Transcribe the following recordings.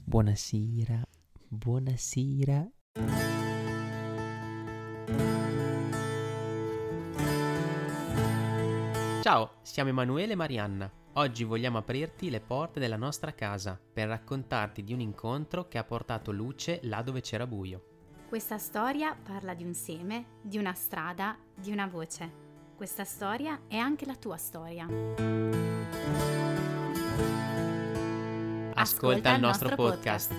Buonasera, buonasera. Ciao, siamo Emanuele e Marianna. Oggi vogliamo aprirti le porte della nostra casa per raccontarti di un incontro che ha portato luce là dove c'era buio. Questa storia parla di un seme, di una strada, di una voce. Questa storia è anche la tua storia. Ascolta il nostro podcast.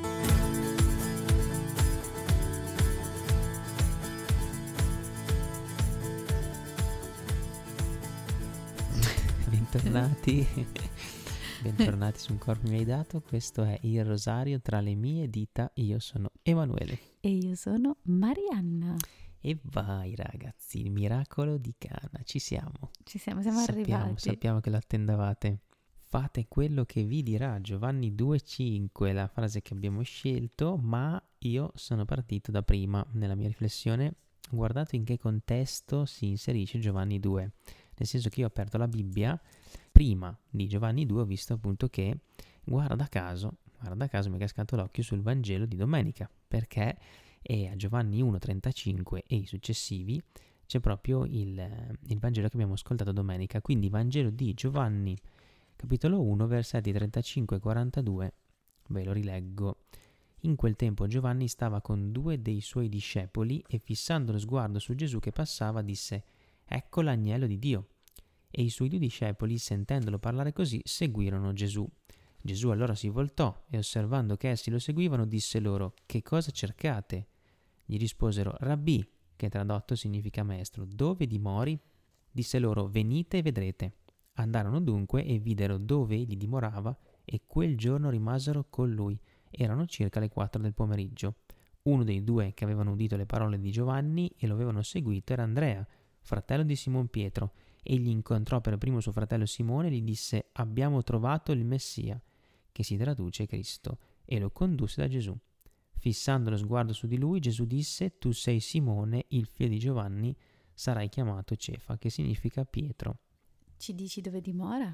Bentornati su Un corpo mi hai dato. Questo è Il rosario tra le mie dita. Io sono Emanuele. E io sono Marianna. E vai ragazzi, il miracolo di Cana. Siamo arrivati. Sappiamo che lo attendavate. Fate quello che vi dirà Giovanni 2,5, la frase che abbiamo scelto, ma io sono partito da prima nella mia riflessione. Guardate in che contesto si inserisce Giovanni 2, nel senso che io ho aperto la Bibbia, prima di Giovanni 2 ho visto appunto che, guarda caso mi è cascato l'occhio sul Vangelo di domenica, perché a Giovanni 1,35 e i successivi c'è proprio il Vangelo che abbiamo ascoltato domenica, quindi Vangelo di Giovanni capitolo 1, versetti 35 e 42, ve lo rileggo. In quel tempo Giovanni stava con 2 dei suoi discepoli e fissando lo sguardo su Gesù che passava disse: «Ecco l'agnello di Dio». E i suoi 2 discepoli, sentendolo parlare così, seguirono Gesù. Gesù allora si voltò e osservando che essi lo seguivano disse loro: «Che cosa cercate?» Gli risposero: «Rabbì», che tradotto significa maestro, «dove dimori?» Disse loro: «Venite e vedrete». Andarono dunque e videro dove egli dimorava e quel giorno rimasero con lui. Erano circa le 4 del pomeriggio. Uno dei 2 che avevano udito le parole di Giovanni e lo avevano seguito era Andrea, fratello di Simon Pietro. Egli incontrò per primo suo fratello Simone e gli disse: «Abbiamo trovato il Messia», che si traduce Cristo, e lo condusse da Gesù. Fissando lo sguardo su di lui, Gesù disse: «Tu sei Simone, il figlio di Giovanni, sarai chiamato Cefa», che significa Pietro. Ci dici dove dimora?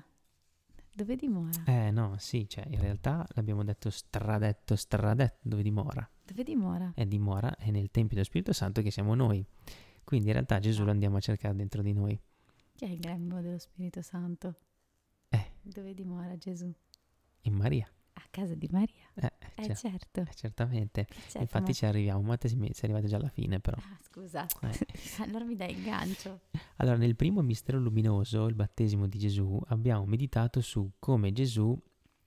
Dove dimora? No, sì, cioè in realtà l'abbiamo detto stradetto, dove dimora. Dove dimora? Dimora è nel Tempio dello Spirito Santo che siamo noi. Quindi in realtà Gesù lo andiamo a cercare dentro di noi. Chi è il grembo dello Spirito Santo? Dove dimora Gesù? In Maria. A casa di Maria? Certo. Certamente. Certo, infatti ci arriviamo, ma te sei arrivati già alla fine però. Scusa, allora mi dai il gancio. Allora, nel primo mistero luminoso, il battesimo di Gesù, abbiamo meditato su come Gesù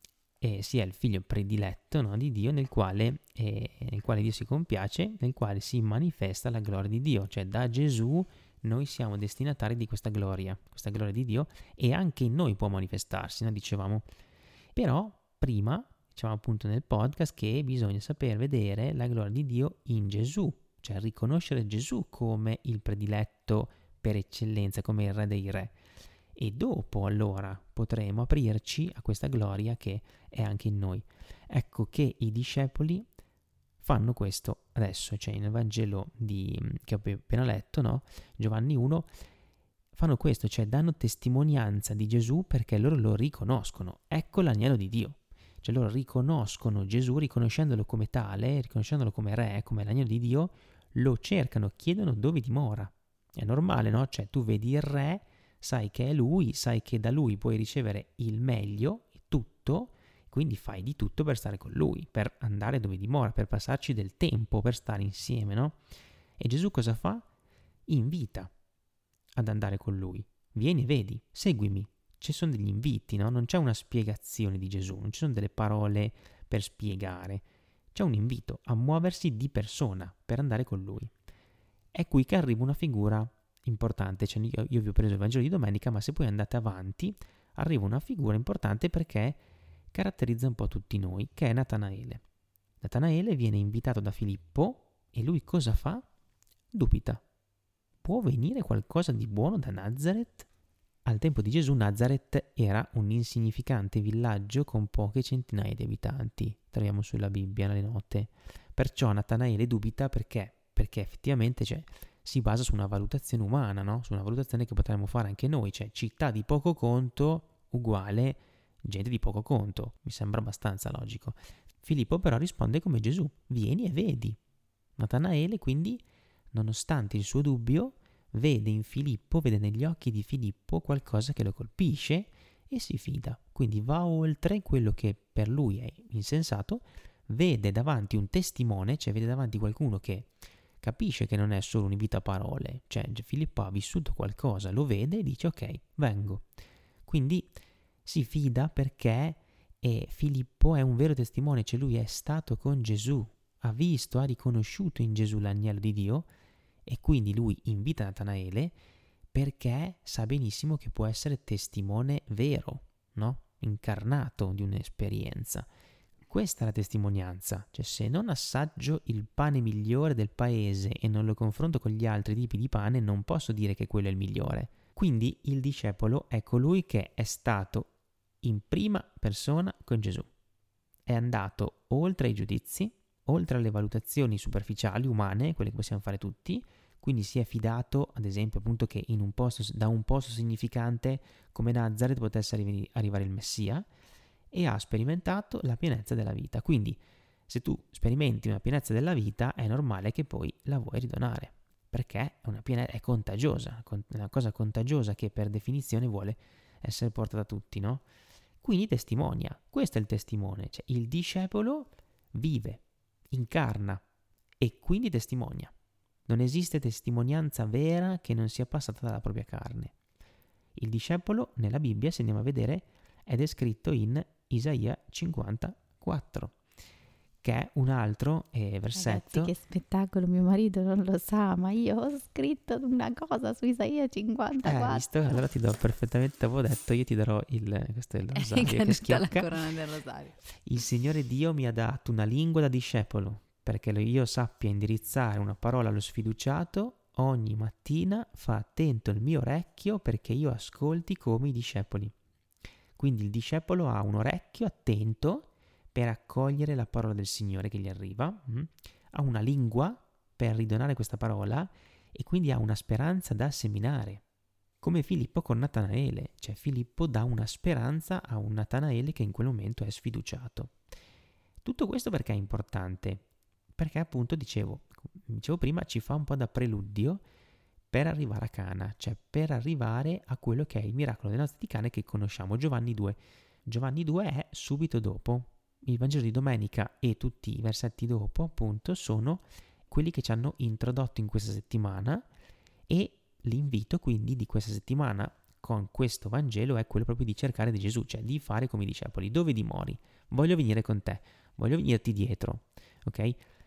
sia il figlio prediletto, no, di Dio, nel quale Dio si compiace, nel quale si manifesta la gloria di Dio. Cioè da Gesù noi siamo destinatari di questa gloria di Dio, e anche in noi può manifestarsi, no? Dicevamo. Però prima dicevamo appunto nel podcast che bisogna saper vedere la gloria di Dio in Gesù, cioè riconoscere Gesù come il prediletto per eccellenza, come il re dei re, e dopo allora potremo aprirci a questa gloria che è anche in noi. Ecco che i discepoli fanno questo adesso, cioè nel Vangelo che ho appena letto, no? Giovanni 1, fanno questo, cioè danno testimonianza di Gesù perché loro lo riconoscono. Ecco l'agnello di Dio. Cioè loro riconoscono Gesù, riconoscendolo come tale, riconoscendolo come re, come l'agnello di Dio, lo cercano, chiedono dove dimora. È normale, no? Cioè tu vedi il re, sai che è lui, sai che da lui puoi ricevere il meglio, tutto, quindi fai di tutto per stare con lui, per andare dove dimora, per passarci del tempo, per stare insieme, no? E Gesù cosa fa? Invita ad andare con lui. Vieni e vedi, seguimi. Ci sono degli inviti, no? Non c'è una spiegazione di Gesù, non ci sono delle parole per spiegare. C'è un invito a muoversi di persona per andare con lui. È qui che arriva una figura importante. Cioè, io vi ho preso il Vangelo di domenica, ma se poi andate avanti, arriva una figura importante perché caratterizza un po' tutti noi, che è Natanaele. Natanaele viene invitato da Filippo e lui cosa fa? Dubita. Può venire qualcosa di buono da Nazaret? Al tempo di Gesù Nazaret era un insignificante villaggio con poche centinaia di abitanti. Troviamo sulla Bibbia, nelle note. Perciò Natanaele dubita perché effettivamente si basa su una valutazione umana, no? Su una valutazione che potremmo fare anche noi, cioè città di poco conto uguale gente di poco conto. Mi sembra abbastanza logico. Filippo però risponde come Gesù: vieni e vedi. Natanaele quindi, nonostante il suo dubbio, vede in Filippo, vede negli occhi di Filippo qualcosa che lo colpisce e si fida. Quindi va oltre quello che per lui è insensato, vede davanti un testimone, cioè vede davanti qualcuno che capisce che non è solo un invito a parole, cioè Filippo ha vissuto qualcosa, lo vede e dice ok, vengo. Quindi si fida perché Filippo è un vero testimone, cioè lui è stato con Gesù, ha visto, ha riconosciuto in Gesù l'agnello di Dio e quindi lui invita Natanaele perché sa benissimo che può essere testimone vero, no? Incarnato di un'esperienza. Questa è la testimonianza, cioè se non assaggio il pane migliore del paese e non lo confronto con gli altri tipi di pane, non posso dire che quello è il migliore. Quindi il discepolo è colui che è stato in prima persona con Gesù. È andato oltre ai giudizi, oltre alle valutazioni superficiali, umane, quelle che possiamo fare tutti, quindi si è fidato, ad esempio, appunto che in un posto, da un posto significante come Nazareth potesse arrivare il Messia, e ha sperimentato la pienezza della vita. Quindi se tu sperimenti una pienezza della vita è normale che poi la vuoi ridonare, perché è contagiosa, è una cosa contagiosa che per definizione vuole essere portata da tutti, no? Quindi testimonia, questo è il testimone, cioè il discepolo vive, incarna e quindi testimonia. Non esiste testimonianza vera che non sia passata dalla propria carne. Il discepolo nella Bibbia, se andiamo a vedere, è descritto in Isaia 54, che è un altro versetto. Ragazzi, che spettacolo, mio marito non lo sa, ma io ho scritto una cosa su Isaia 54. Visto? Allora ti do perfettamente, avevo detto, io ti darò questo è il rosario che schiocca. La corona del rosario. Il Signore Dio mi ha dato una lingua da discepolo, perché io sappia indirizzare una parola allo sfiduciato. Ogni mattina fa attento il mio orecchio perché io ascolti come i discepoli. Quindi il discepolo ha un orecchio attento per accogliere la parola del Signore che gli arriva, ha una lingua per ridonare questa parola e quindi ha una speranza da seminare. Come Filippo con Natanaele, cioè Filippo dà una speranza a un Natanaele che in quel momento è sfiduciato. Tutto questo perché è importante? Perché appunto dicevo prima, ci fa un po' da preludio per arrivare a Cana, cioè per arrivare a quello che è il miracolo delle nozze di Cana che conosciamo, Giovanni 2. Giovanni 2 è subito dopo. Il Vangelo di domenica e tutti i versetti dopo, appunto, sono quelli che ci hanno introdotto in questa settimana e l'invito quindi di questa settimana con questo Vangelo è quello proprio di cercare di Gesù, cioè di fare come i discepoli. Dove dimori? Voglio venire con te, voglio venirti dietro, ok?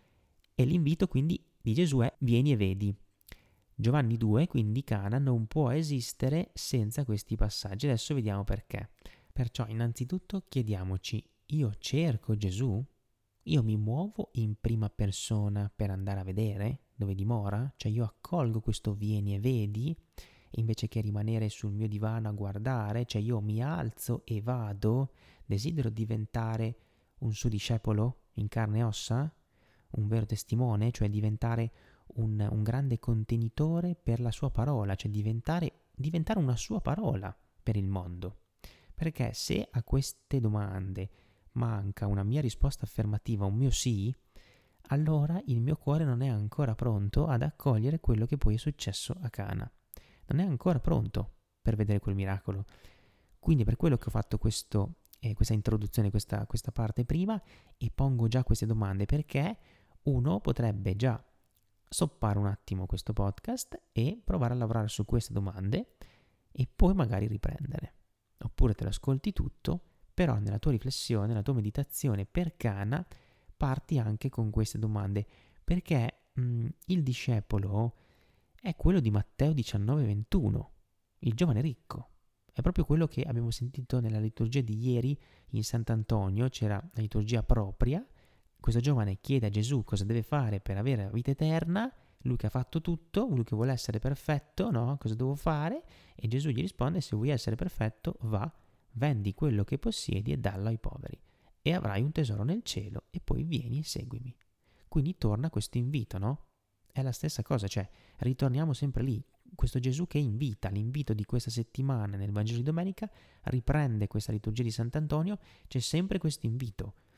E l'invito quindi di Gesù è vieni e vedi. Giovanni 2, quindi Cana, non può esistere senza questi passaggi. Adesso vediamo perché. Perciò innanzitutto chiediamoci, io cerco Gesù? Io mi muovo in prima persona per andare a vedere dove dimora? Cioè io accolgo questo vieni e vedi invece che rimanere sul mio divano a guardare? Cioè io mi alzo e vado? Desidero diventare un suo discepolo in carne e ossa? Un vero testimone? Cioè diventare un grande contenitore per la sua parola, cioè diventare una sua parola per il mondo. Perché se a queste domande manca una mia risposta affermativa, un mio sì, allora il mio cuore non è ancora pronto ad accogliere quello che poi è successo a Cana. Non è ancora pronto per vedere quel miracolo. Quindi per quello che ho fatto questa introduzione, questa parte prima, e pongo già queste domande, perché uno potrebbe già stoppare un attimo questo podcast e provare a lavorare su queste domande e poi magari riprendere. Oppure te lo ascolti tutto, però nella tua riflessione, nella tua meditazione per Cana, parti anche con queste domande, perché il discepolo è quello di Matteo 19:21, il giovane ricco. È proprio quello che abbiamo sentito nella liturgia di ieri in Sant'Antonio, c'era la liturgia propria. Questo giovane chiede a Gesù cosa deve fare per avere la vita eterna, lui che ha fatto tutto, lui che vuole essere perfetto, no? Cosa devo fare? E Gesù gli risponde, se vuoi essere perfetto, va, vendi quello che possiedi e dallo ai poveri, e avrai un tesoro nel cielo, e poi vieni e seguimi. Quindi torna questo invito, no? È la stessa cosa, cioè ritorniamo sempre lì. Questo Gesù che invita, l'invito di questa settimana nel Vangelo di domenica, riprende questa liturgia di Sant'Antonio, c'è sempre questo invito.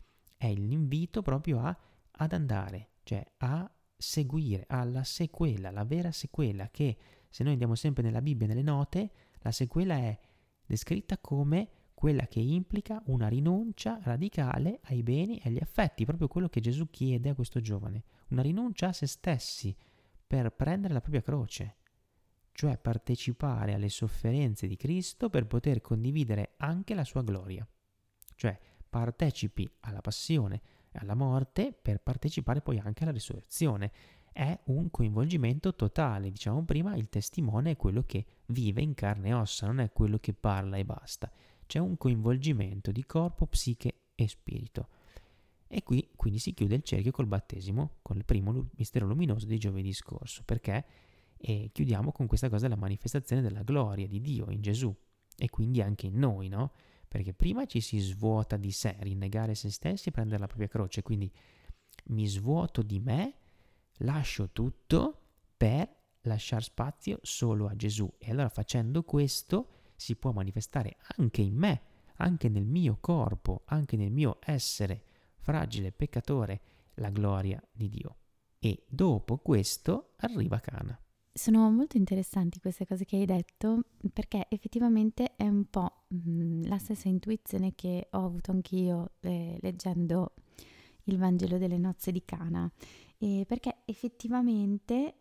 è l'invito proprio ad andare, cioè a seguire, alla sequela, la vera sequela, che se noi andiamo sempre nella Bibbia, nelle note, la sequela è descritta come quella che implica una rinuncia radicale ai beni e agli affetti, proprio quello che Gesù chiede a questo giovane, una rinuncia a se stessi per prendere la propria croce, cioè partecipare alle sofferenze di Cristo per poter condividere anche la sua gloria, cioè partecipi alla passione e alla morte per partecipare poi anche alla risurrezione. È un coinvolgimento totale, diciamo prima, il testimone è quello che vive in carne e ossa, non è quello che parla e basta. C'è un coinvolgimento di corpo, psiche e spirito. E qui quindi si chiude il cerchio col battesimo, con il primo mistero luminoso di giovedì scorso, perché chiudiamo con questa cosa della manifestazione della gloria di Dio in Gesù e quindi anche in noi, no? Perché prima ci si svuota di sé, rinnegare se stessi e prendere la propria croce, quindi mi svuoto di me, lascio tutto per lasciare spazio solo a Gesù, e allora facendo questo si può manifestare anche in me, anche nel mio corpo, anche nel mio essere fragile, peccatore, la gloria di Dio. E dopo questo arriva Cana. Sono molto interessanti queste cose che hai detto, perché effettivamente è un po' la stessa intuizione che ho avuto anch'io leggendo il Vangelo delle nozze di Cana, perché effettivamente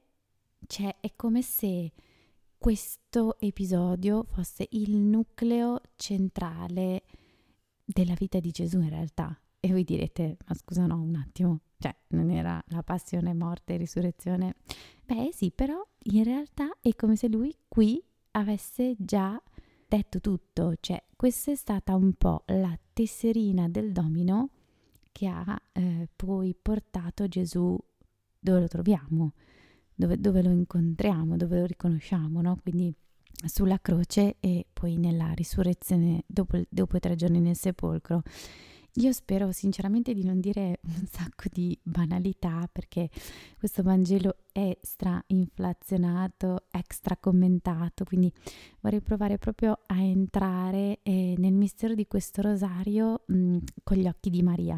è come se questo episodio fosse il nucleo centrale della vita di Gesù in realtà. E voi direte, ma scusa no, un attimo, cioè non era la passione, morte e risurrezione? Beh sì, però in realtà è come se lui qui avesse già detto tutto, cioè questa è stata un po' la tesserina del domino che ha poi portato Gesù dove lo troviamo, dove lo incontriamo, dove lo riconosciamo, no? Quindi sulla croce e poi nella risurrezione dopo i 3 giorni nel sepolcro. Io spero sinceramente di non dire un sacco di banalità, perché questo Vangelo è inflazionato, extra commentato, quindi vorrei provare proprio a entrare nel mistero di questo rosario con gli occhi di Maria,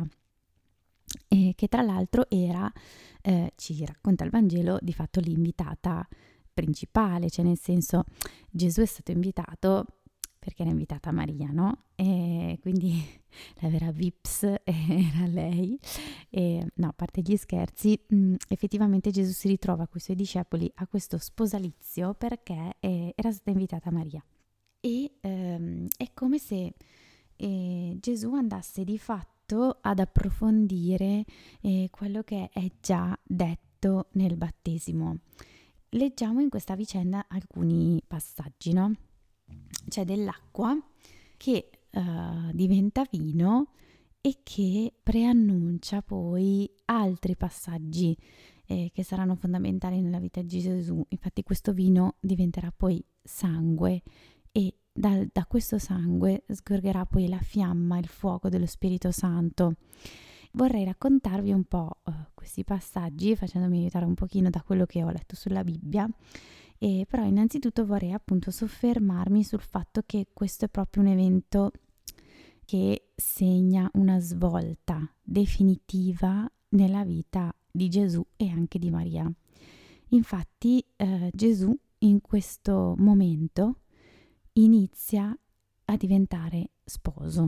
che tra l'altro era, ci racconta il Vangelo, di fatto l'invitata principale, cioè nel senso Gesù è stato invitato perché era invitata Maria, no? E quindi la vera Vips era lei. E, no, a parte gli scherzi, effettivamente Gesù si ritrova con i suoi discepoli a questo sposalizio perché era stata invitata Maria. E è come se Gesù andasse di fatto ad approfondire quello che è già detto nel battesimo. Leggiamo in questa vicenda alcuni passaggi, no? C'è dell'acqua che diventa vino e che preannuncia poi altri passaggi che saranno fondamentali nella vita di Gesù. Infatti questo vino diventerà poi sangue e da questo sangue sgorgerà poi la fiamma, il fuoco dello Spirito Santo. Vorrei raccontarvi un po' questi passaggi facendomi aiutare un pochino da quello che ho letto sulla Bibbia. Però innanzitutto vorrei appunto soffermarmi sul fatto che questo è proprio un evento che segna una svolta definitiva nella vita di Gesù e anche di Maria. Infatti Gesù in questo momento inizia a diventare sposo,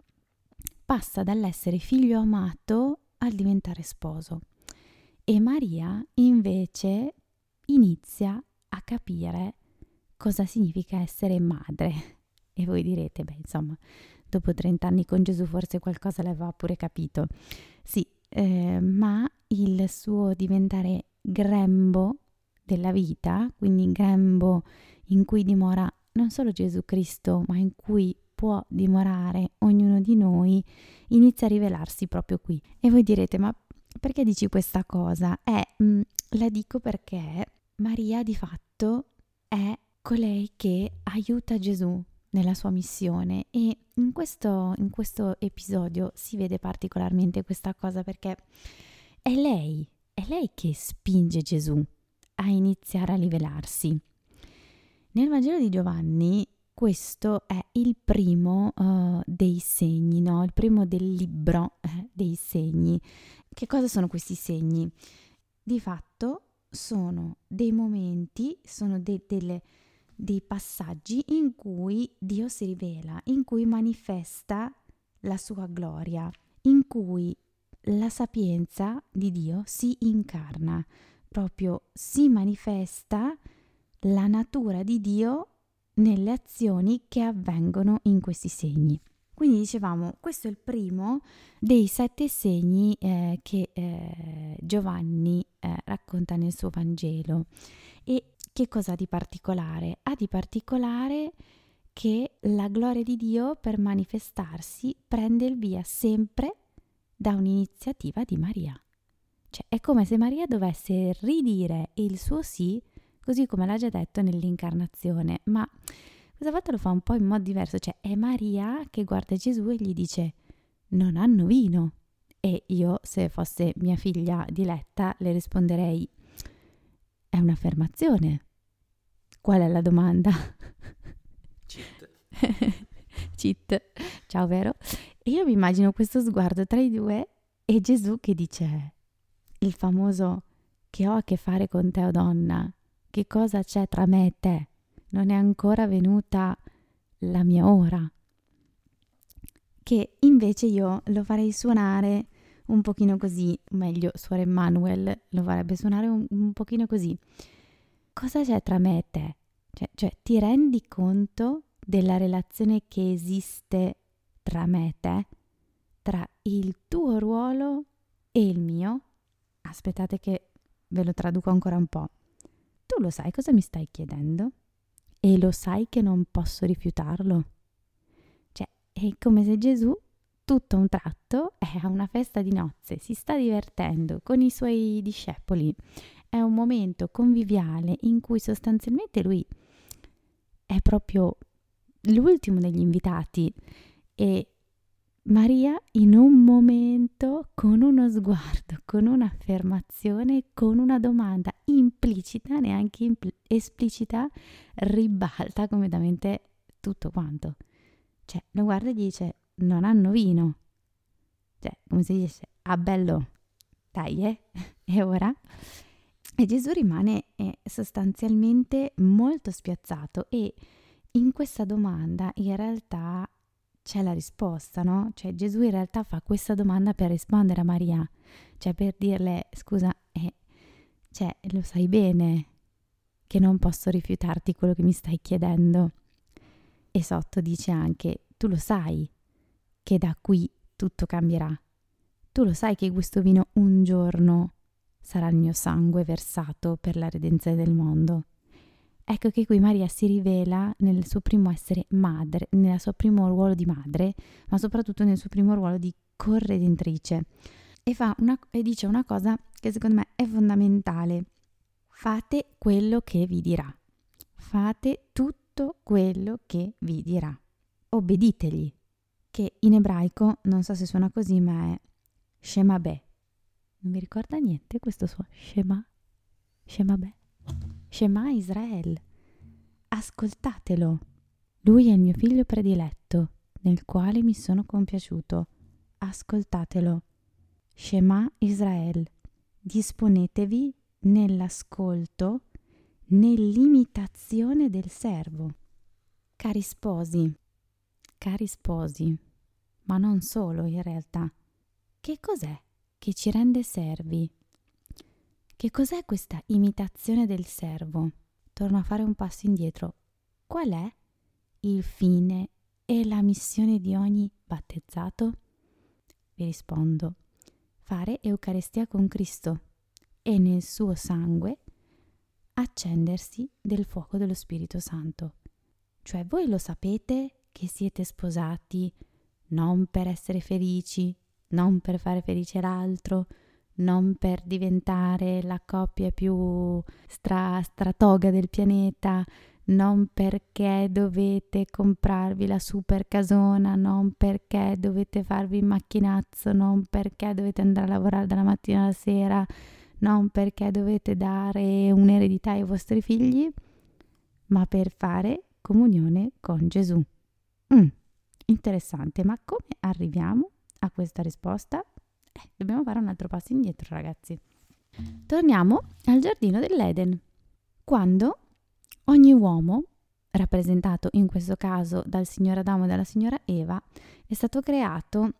passa dall'essere figlio amato al diventare sposo, e Maria invece inizia a capire cosa significa essere madre. E voi direte, beh, insomma, dopo 30 anni con Gesù forse qualcosa l'aveva pure capito. Sì, ma il suo diventare grembo della vita, quindi grembo in cui dimora non solo Gesù Cristo, ma in cui può dimorare ognuno di noi, inizia a rivelarsi proprio qui. E voi direte, ma perché dici questa cosa? La dico perché Maria di fatto è colei che aiuta Gesù nella sua missione, e in questo episodio si vede particolarmente questa cosa, perché è lei che spinge Gesù a iniziare a rivelarsi. Nel Vangelo di Giovanni questo è il primo dei segni, no? Il primo del libro dei segni. Che cosa sono questi segni? Di fatto sono dei momenti, sono dei passaggi in cui Dio si rivela, in cui manifesta la sua gloria, in cui la sapienza di Dio si incarna, proprio si manifesta la natura di Dio nelle azioni che avvengono in questi segni. Quindi dicevamo, questo è il primo dei 7 segni che Giovanni racconta nel suo Vangelo. E che cosa ha di particolare? Ha di particolare che la gloria di Dio per manifestarsi prende il via sempre da un'iniziativa di Maria. Cioè è come se Maria dovesse ridire il suo sì, così come l'ha già detto nell'incarnazione, ma questa volta lo fa un po' in modo diverso, cioè è Maria che guarda Gesù e gli dice non hanno vino. E io, se fosse mia figlia Diletta, le risponderei è un'affermazione. Qual è la domanda? Cheat. Cheat. Ciao, vero? E io mi immagino questo sguardo tra i due e Gesù che dice il famoso che ho a che fare con te, o donna? Che cosa c'è tra me e te? Non è ancora venuta la mia ora. Che invece io lo farei suonare un pochino così, meglio Suor Emmanuel lo farebbe suonare un pochino così. Cosa c'è tra me e te? Cioè ti rendi conto della relazione che esiste tra me e te? Tra il tuo ruolo e il mio? Aspettate che ve lo traduco ancora un po'. Tu lo sai cosa mi stai chiedendo? E lo sai che non posso rifiutarlo? Cioè, è come se Gesù, tutto a un tratto, è a una festa di nozze, si sta divertendo con i suoi discepoli. È un momento conviviale in cui sostanzialmente lui è proprio l'ultimo degli invitati e Maria in un momento, con uno sguardo, con un'affermazione, con una domanda implicita, neanche esplicita, ribalta completamente tutto quanto. Cioè, lo guarda e gli dice, non hanno vino. Cioè, come se dice, ah bello, dai, e ora? E Gesù rimane sostanzialmente molto spiazzato e in questa domanda in realtà c'è la risposta, no? Cioè Gesù in realtà fa questa domanda per rispondere a Maria, cioè per dirle, scusa, cioè lo sai bene che non posso rifiutarti quello che mi stai chiedendo. E sotto dice anche, tu lo sai che da qui tutto cambierà. Tu lo sai che questo vino un giorno sarà il mio sangue versato per la redenzione del mondo. Ecco che qui Maria si rivela nel suo primo essere madre, nel suo primo ruolo di madre, ma soprattutto nel suo primo ruolo di corredentrice. E dice una cosa che secondo me è fondamentale. Fate quello che vi dirà. Fate tutto quello che vi dirà. Obbeditegli, che in ebraico, non so se suona così, ma è Shema Be. Non mi ricorda niente questo suo Shema? Shema Be. Shema Israel, ascoltatelo. Lui è il mio figlio prediletto, nel quale mi sono compiaciuto. Ascoltatelo. Shema Israel, disponetevi nell'ascolto, nell'imitazione del servo. Cari sposi, ma non solo in realtà. Che cos'è che ci rende servi? Che cos'è questa imitazione del servo? Torno a fare un passo indietro. Qual è il fine e la missione di ogni battezzato? Vi rispondo. Fare Eucaristia con Cristo e nel suo sangue accendersi del fuoco dello Spirito Santo. Cioè voi lo sapete che siete sposati non per essere felici, non per fare felice l'altro, non per diventare la coppia più stratoga del pianeta, non perché dovete comprarvi la super casona, non perché dovete farvi il macchinazzo, non perché dovete andare a lavorare dalla mattina alla sera, non perché dovete dare un'eredità ai vostri figli, ma per fare comunione con Gesù. Interessante, ma come arriviamo a questa risposta? Dobbiamo fare un altro passo indietro, ragazzi. Torniamo al giardino dell'Eden, quando ogni uomo, rappresentato in questo caso dal signor Adamo e dalla signora Eva, è stato creato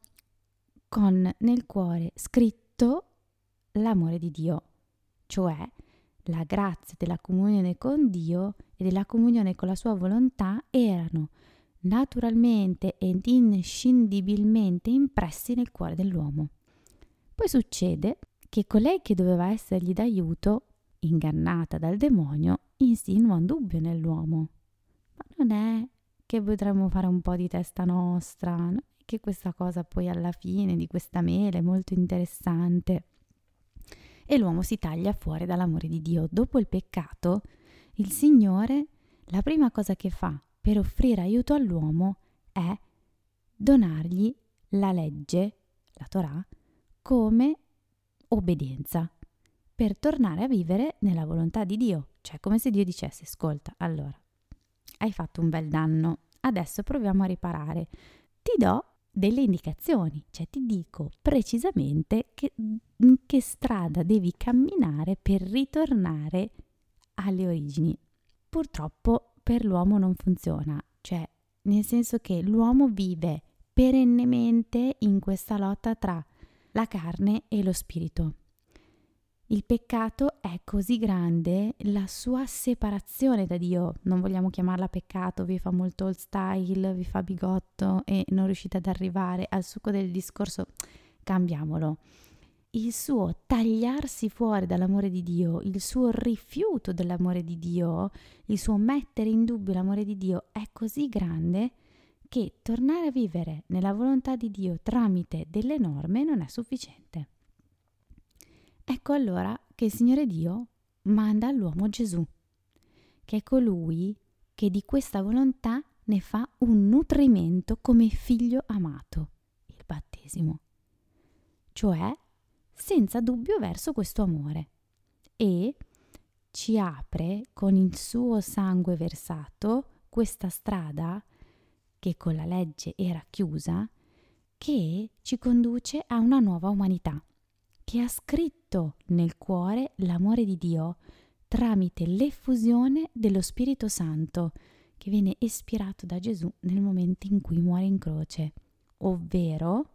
con nel cuore scritto l'amore di Dio, cioè la grazia della comunione con Dio e della comunione con la sua volontà erano naturalmente ed inscindibilmente impressi nel cuore dell'uomo. Poi succede che colei che doveva essergli d'aiuto, ingannata dal demonio, insinua un dubbio nell'uomo. Ma non è che potremmo fare un po' di testa nostra, non è che questa cosa poi alla fine di questa mela è molto interessante. E l'uomo si taglia fuori dall'amore di Dio. Dopo il peccato, il Signore, la prima cosa che fa per offrire aiuto all'uomo è donargli la legge, la Torah, come obbedienza, per tornare a vivere nella volontà di Dio. Cioè, come se Dio dicesse: ascolta, allora, hai fatto un bel danno, adesso proviamo a riparare. Ti do delle indicazioni, cioè ti dico precisamente in che strada devi camminare per ritornare alle origini. Purtroppo per l'uomo non funziona, cioè nel senso che l'uomo vive perennemente in questa lotta tra la carne e lo spirito. Il peccato è così grande, la sua separazione da Dio, non vogliamo chiamarla peccato, vi fa molto old style, vi fa bigotto e non riuscite ad arrivare al succo del discorso, cambiamolo. Il suo tagliarsi fuori dall'amore di Dio, il suo rifiuto dell'amore di Dio, il suo mettere in dubbio l'amore di Dio è così grande che tornare a vivere nella volontà di Dio tramite delle norme non è sufficiente. Ecco allora che il Signore Dio manda all'uomo Gesù, che è colui che di questa volontà ne fa un nutrimento come figlio amato, il battesimo, cioè senza dubbio verso questo amore, e ci apre con il suo sangue versato questa strada che con la legge era chiusa, che ci conduce a una nuova umanità, che ha scritto nel cuore l'amore di Dio tramite l'effusione dello Spirito Santo che viene espirato da Gesù nel momento in cui muore in croce, ovvero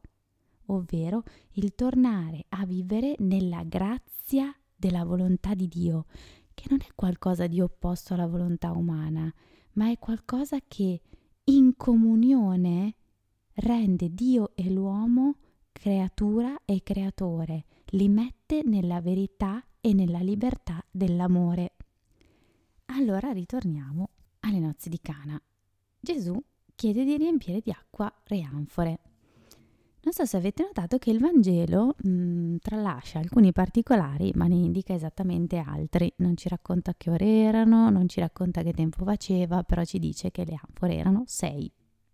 il tornare a vivere nella grazia della volontà di Dio, che non è qualcosa di opposto alla volontà umana, ma è qualcosa che in comunione rende Dio e l'uomo creatura e creatore, li mette nella verità e nella libertà dell'amore. Allora ritorniamo alle nozze di Cana. Gesù chiede di riempire di acqua le anfore. Non so se avete notato che il Vangelo tralascia alcuni particolari, ma ne indica esattamente altri. Non ci racconta che ore erano, non ci racconta che tempo faceva, però ci dice che le anfore erano 6.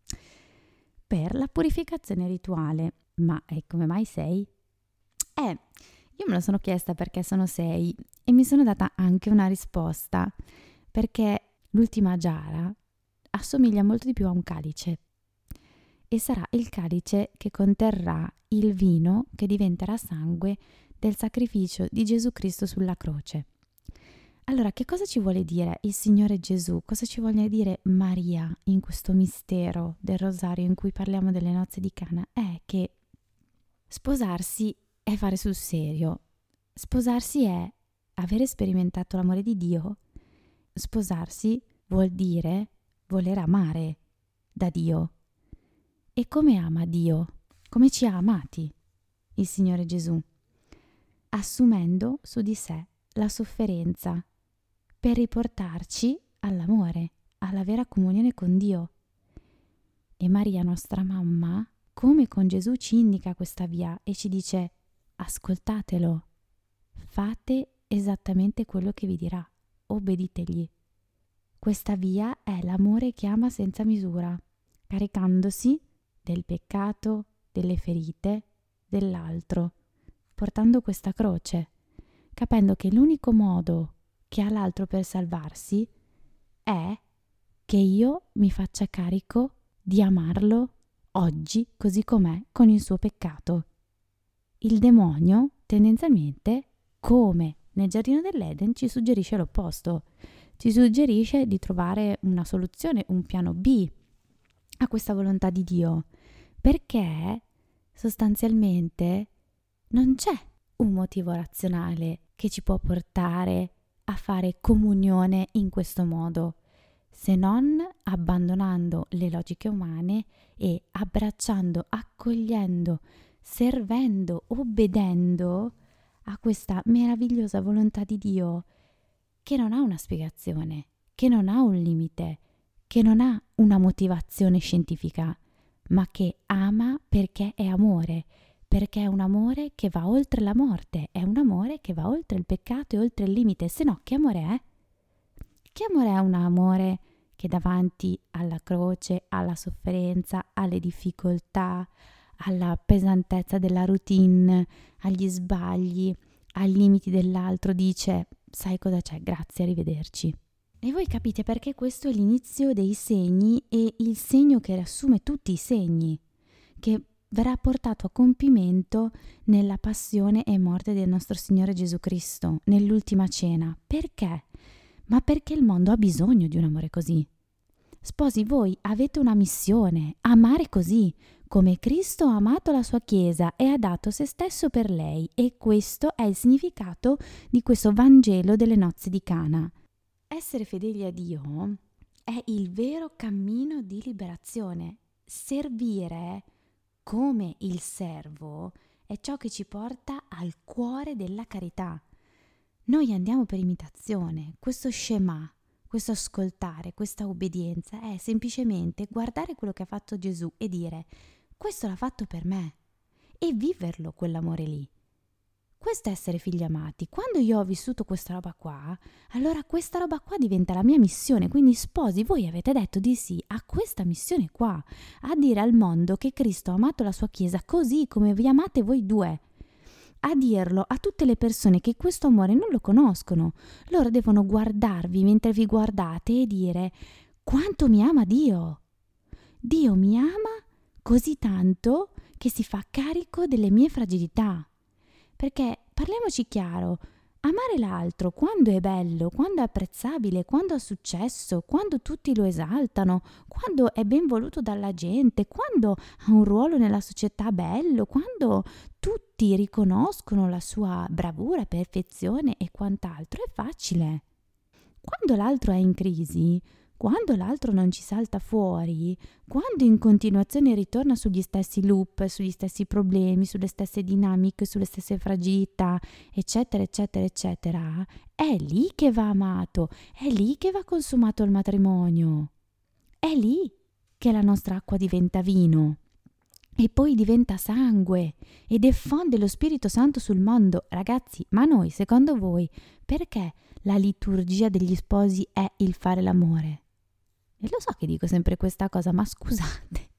Per la purificazione rituale. Ma come mai 6? Io me lo sono chiesta perché sono 6 e mi sono data anche una risposta, perché l'ultima giara assomiglia molto di più a un calice e sarà il calice che conterrà il vino che diventerà sangue del sacrificio di Gesù Cristo sulla croce. Allora, che cosa ci vuole dire il Signore Gesù? Cosa ci vuole dire Maria in questo mistero del rosario in cui parliamo delle nozze di Cana? È che sposarsi è fare sul serio. Sposarsi è avere sperimentato l'amore di Dio. Sposarsi vuol dire voler amare da Dio. E come ama Dio? Come ci ha amati il Signore Gesù? Assumendo su di sé la sofferenza per riportarci all'amore, alla vera comunione con Dio. E Maria, nostra mamma, come con Gesù ci indica questa via e ci dice: ascoltatelo, fate esattamente quello che vi dirà, obbeditegli. Questa via è l'amore che ama senza misura, caricandosi del peccato, delle ferite, dell'altro, portando questa croce, capendo che l'unico modo che ha l'altro per salvarsi è che io mi faccia carico di amarlo oggi così com'è con il suo peccato. il demonio tendenzialmente, come nel giardino dell'Eden, ci suggerisce l'opposto. Ci suggerisce di trovare una soluzione, un piano B a questa volontà di Dio, perché sostanzialmente non c'è un motivo razionale che ci può portare a fare comunione in questo modo, se non abbandonando le logiche umane e abbracciando, accogliendo, servendo, obbedendo a questa meravigliosa volontà di Dio che non ha una spiegazione, che non ha un limite, che non ha una motivazione scientifica, ma che ama perché è amore, perché è un amore che va oltre la morte, è un amore che va oltre il peccato e oltre il limite, se no che amore è? Che amore è un amore che davanti alla croce, alla sofferenza, alle difficoltà, alla pesantezza della routine, agli sbagli, ai limiti dell'altro dice: sai cosa c'è, grazie, arrivederci. E voi capite perché questo è l'inizio dei segni e il segno che riassume tutti i segni, che verrà portato a compimento nella passione e morte del nostro Signore Gesù Cristo, nell'ultima cena. Perché? Ma perché il mondo ha bisogno di un amore così. Sposi, voi avete una missione, amare così, come Cristo ha amato la sua Chiesa e ha dato se stesso per lei, e questo è il significato di questo Vangelo delle nozze di Cana. Essere fedeli a Dio è il vero cammino di liberazione. Servire come il servo è ciò che ci porta al cuore della carità. Noi andiamo per imitazione, questo Shema, questo ascoltare, questa obbedienza è semplicemente guardare quello che ha fatto Gesù e dire: questo l'ha fatto per me, e viverlo quell'amore lì. Questo è essere figli amati. Quando io ho vissuto questa roba qua, allora questa roba qua diventa la mia missione. Quindi sposi, voi avete detto di sì a questa missione qua, a dire al mondo che Cristo ha amato la sua Chiesa così come vi amate voi due, a dirlo a tutte le persone che questo amore non lo conoscono. Loro devono guardarvi mentre vi guardate e dire: quanto mi ama Dio! Dio mi ama così tanto che si fa carico delle mie fragilità. Perché, parliamoci chiaro, amare l'altro quando è bello, quando è apprezzabile, quando ha successo, quando tutti lo esaltano, quando è ben voluto dalla gente, quando ha un ruolo nella società bello, quando tutti riconoscono la sua bravura, perfezione e quant'altro, è facile. Quando l'altro è in crisi, quando l'altro non ci salta fuori, quando in continuazione ritorna sugli stessi loop, sugli stessi problemi, sulle stesse dinamiche, sulle stesse fragilità, eccetera, eccetera, eccetera, è lì che va amato, è lì che va consumato il matrimonio, è lì che la nostra acqua diventa vino e poi diventa sangue e diffonde lo Spirito Santo sul mondo. Ragazzi, ma noi, secondo voi, perché la liturgia degli sposi è il fare l'amore? E lo so che dico sempre questa cosa, ma scusate,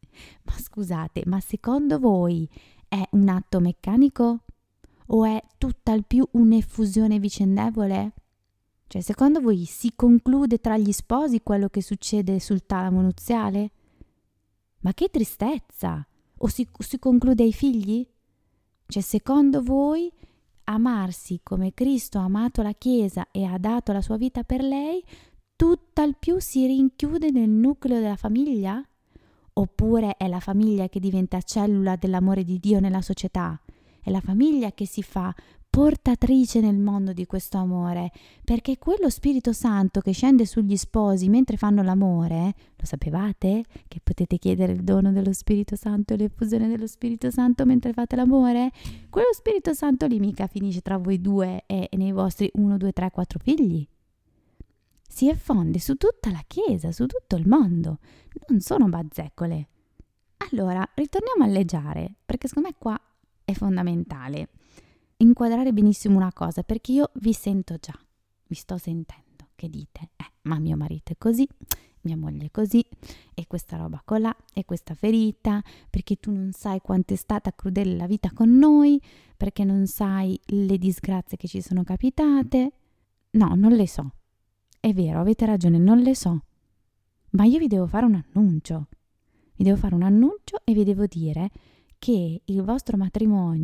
ma secondo voi è un atto meccanico? O è tutt'al più un'effusione vicendevole? Cioè, secondo voi si conclude tra gli sposi quello che succede sul talamo nuziale? Ma che tristezza! O si conclude ai figli? Cioè, secondo voi amarsi come Cristo ha amato la Chiesa e ha dato la sua vita per lei, tutt'al più si rinchiude nel nucleo della famiglia? Oppure è la famiglia che diventa cellula dell'amore di Dio nella società? È la famiglia che si fa portatrice nel mondo di questo amore, perché quello Spirito Santo che scende sugli sposi mentre fanno l'amore, lo sapevate? Che potete chiedere il dono dello Spirito Santo e l'effusione dello Spirito Santo mentre fate l'amore? Quello Spirito Santo lì mica finisce tra voi due e nei vostri 1, 2, 3, 4 figli. Si effonde su tutta la Chiesa, su tutto il mondo. Non sono bazzecole. Allora, ritorniamo a leggiare, perché secondo me qua è fondamentale inquadrare benissimo una cosa, perché io vi sento già, vi sto sentendo che dite: ma mio marito è così, mia moglie è così, e questa roba colà, e questa ferita, perché tu non sai quanto è stata crudele la vita con noi, perché non sai le disgrazie che ci sono capitate. No, non le so. È vero, avete ragione, non le so. Ma io vi devo fare un annuncio. Vi devo fare un annuncio e vi devo dire che il vostro matrimonio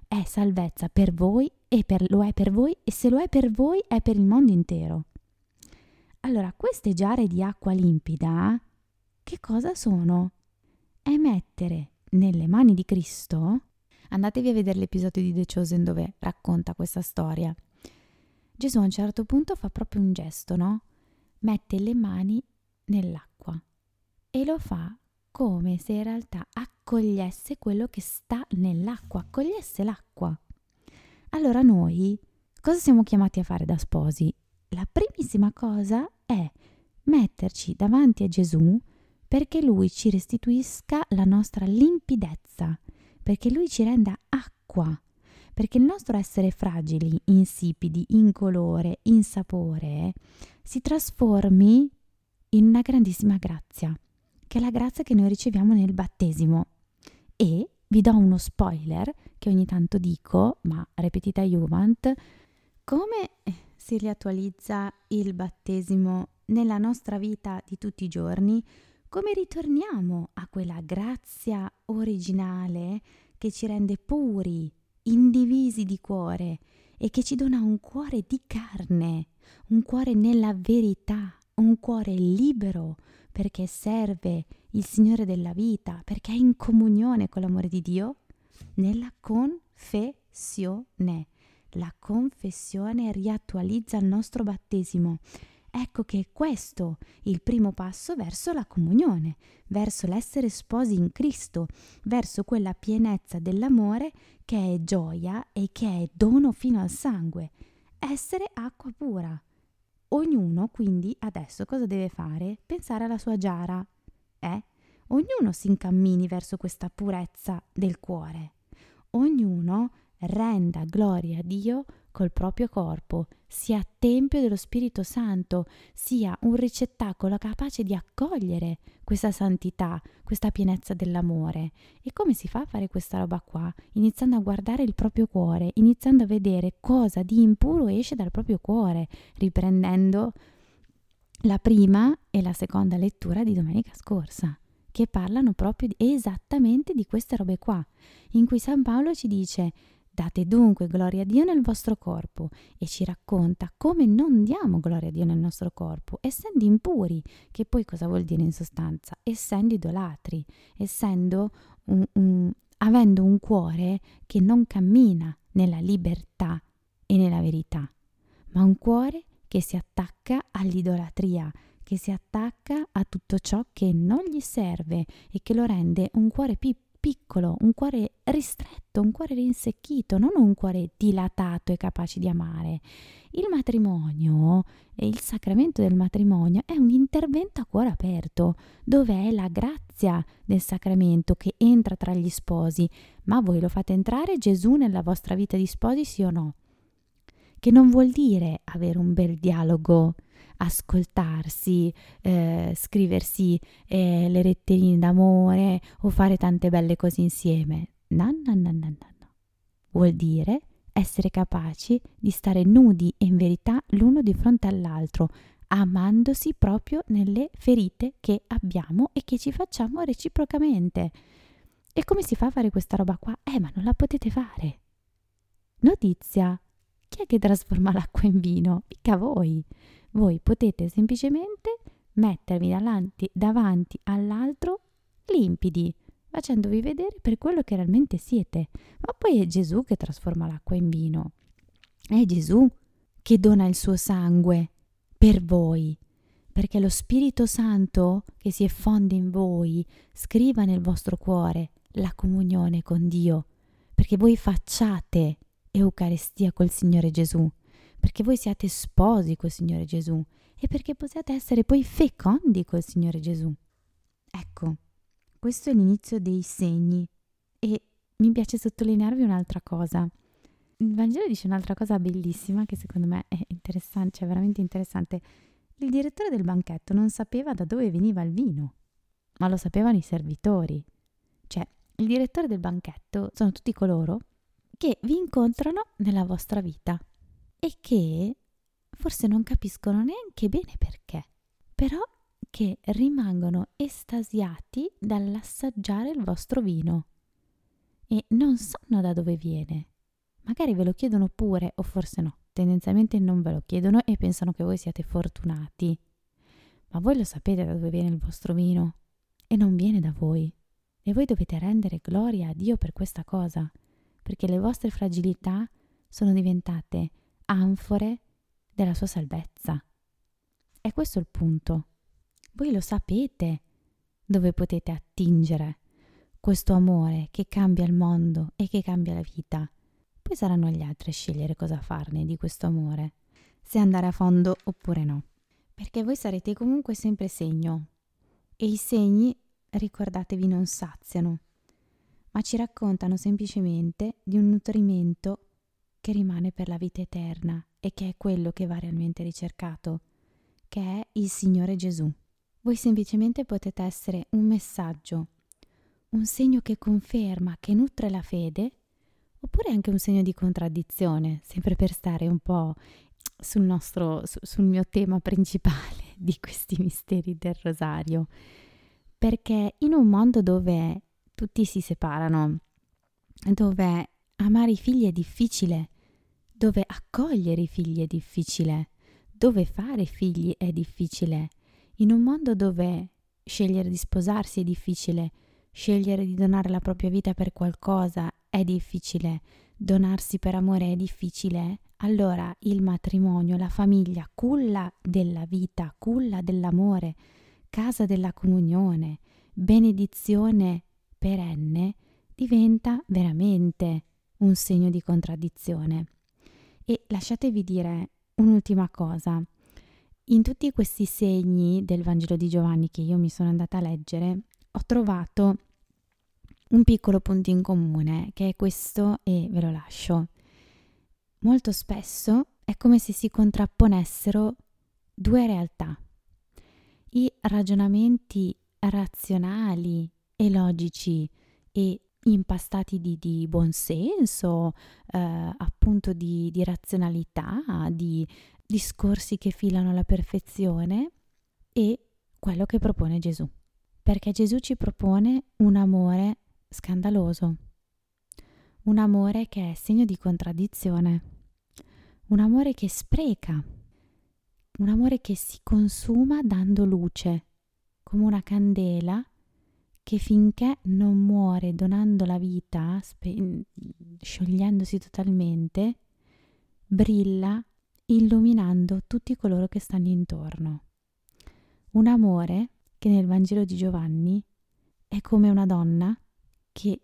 è salvezza per voi lo è per voi, e se lo è per voi è per il mondo intero. Allora, queste giare di acqua limpida, che cosa sono? È mettere nelle mani di Cristo. Andatevi a vedere l'episodio di The Chosen dove racconta questa storia. Gesù a un certo punto fa proprio un gesto, no? Mette le mani nell'acqua e lo fa come se in realtà accogliesse quello che sta nell'acqua, accogliesse l'acqua. Allora noi cosa siamo chiamati a fare da sposi? La primissima cosa è metterci davanti a Gesù perché Lui ci restituisca la nostra limpidezza, perché Lui ci renda acqua, perché il nostro essere fragili, insipidi, incolore, insapore, si trasformi in una grandissima grazia, che è la grazia che noi riceviamo nel battesimo. E vi do uno spoiler che ogni tanto dico, ma repetita iuvant, come si riattualizza il battesimo nella nostra vita di tutti i giorni, come ritorniamo a quella grazia originale che ci rende puri, indivisi di cuore e che ci dona un cuore di carne, un cuore nella verità, un cuore libero perché serve il Signore della vita, perché è in comunione con l'amore di Dio, nella confessione. La confessione riattualizza il nostro battesimo. Ecco che è questo il primo passo verso la comunione, verso l'essere sposi in Cristo, verso quella pienezza dell'amore che è gioia e che è dono fino al sangue. Essere acqua pura. Ognuno quindi adesso cosa deve fare? Pensare alla sua giara. Ognuno si incammini verso questa purezza del cuore. Ognuno renda gloria a Dio col proprio corpo, sia tempio dello Spirito Santo, sia un ricettacolo capace di accogliere questa santità, questa pienezza dell'amore. E come si fa a fare questa roba qua? Iniziando a guardare il proprio cuore, iniziando a vedere cosa di impuro esce dal proprio cuore, riprendendo la prima e la seconda lettura di domenica scorsa, che parlano proprio esattamente di queste robe qua, in cui San Paolo ci dice: date dunque gloria a Dio nel vostro corpo, e ci racconta come non diamo gloria a Dio nel nostro corpo, essendo impuri, che poi cosa vuol dire in sostanza? Essendo idolatri, essendo avendo un cuore che non cammina nella libertà e nella verità, ma un cuore che si attacca all'idolatria, che si attacca a tutto ciò che non gli serve e che lo rende un cuore piccolo, un cuore ristretto, un cuore rinsecchito, non un cuore dilatato e capace di amare. Il matrimonio e il sacramento del matrimonio è un intervento a cuore aperto, dove è la grazia del sacramento che entra tra gli sposi. Ma voi lo fate entrare Gesù nella vostra vita di sposi, sì o no? Che non vuol dire avere un bel dialogo, ascoltarsi, scriversi le letterine d'amore o fare tante belle cose insieme. No. Vuol dire essere capaci di stare nudi e in verità l'uno di fronte all'altro, amandosi proprio nelle ferite che abbiamo e che ci facciamo reciprocamente. E come si fa a fare questa roba qua? Ma non la potete fare. Notizia: chi è che trasforma l'acqua in vino? Mica voi. Voi potete semplicemente mettervi davanti all'altro limpidi, facendovi vedere per quello che realmente siete. Ma poi è Gesù che trasforma l'acqua in vino. È Gesù che dona il suo sangue per voi, perché lo Spirito Santo che si effonde in voi scriva nel vostro cuore la comunione con Dio, perché voi facciate Eucaristia col Signore Gesù, perché voi siate sposi col Signore Gesù e perché possiate essere poi fecondi col Signore Gesù. Ecco, questo è l'inizio dei segni. E mi piace sottolinearvi un'altra cosa. Il Vangelo dice un'altra cosa bellissima che secondo me è interessante, cioè veramente interessante. Il direttore del banchetto non sapeva da dove veniva il vino, ma lo sapevano i servitori. Cioè, il direttore del banchetto sono tutti coloro che vi incontrano nella vostra vita e che forse non capiscono neanche bene perché, però che rimangono estasiati dall'assaggiare il vostro vino e non sanno da dove viene, Magari ve lo chiedono pure, o forse no, tendenzialmente non ve lo chiedono e pensano che voi siate fortunati. Ma voi lo sapete da dove viene il vostro vino? E non viene da voi. E voi dovete rendere gloria a Dio per questa cosa, perché le vostre fragilità sono diventate anfore della sua salvezza. E questo è il punto. Voi lo sapete dove potete attingere questo amore che cambia il mondo e che cambia la vita. Poi saranno gli altri a scegliere cosa farne di questo amore, se andare a fondo oppure no. Perché voi sarete comunque sempre segno. E i segni, ricordatevi, non saziano, ma ci raccontano semplicemente di un nutrimento che rimane per la vita eterna e che è quello che va realmente ricercato, che è il Signore Gesù. Voi semplicemente potete essere un messaggio, un segno che conferma, che nutre la fede, oppure anche un segno di contraddizione, sempre per stare un po' sul mio tema principale di questi misteri del rosario. Perché in un mondo dove tutti si separano, dove amare i figli è difficile, dove accogliere i figli è difficile, dove fare figli è difficile, in un mondo dove scegliere di sposarsi è difficile, scegliere di donare la propria vita per qualcosa è difficile, donarsi per amore è difficile, allora il matrimonio, la famiglia, culla della vita, culla dell'amore, casa della comunione, benedizione perenne, diventa veramente un segno di contraddizione. E lasciatevi dire un'ultima cosa. In tutti questi segni del Vangelo di Giovanni che io mi sono andata a leggere, ho trovato un piccolo punto in comune, che è questo, e ve lo lascio. Molto spesso è come se si contrapponessero due realtà. I ragionamenti razionali e logici e impastati di buonsenso, appunto di razionalità, di discorsi che filano alla perfezione, e quello che propone Gesù. Perché Gesù ci propone un amore scandaloso, un amore che è segno di contraddizione, un amore che spreca, un amore che si consuma dando luce, come una candela che finché non muore donando la vita, sciogliendosi totalmente, brilla illuminando tutti coloro che stanno intorno. Un amore che nel Vangelo di Giovanni è come una donna che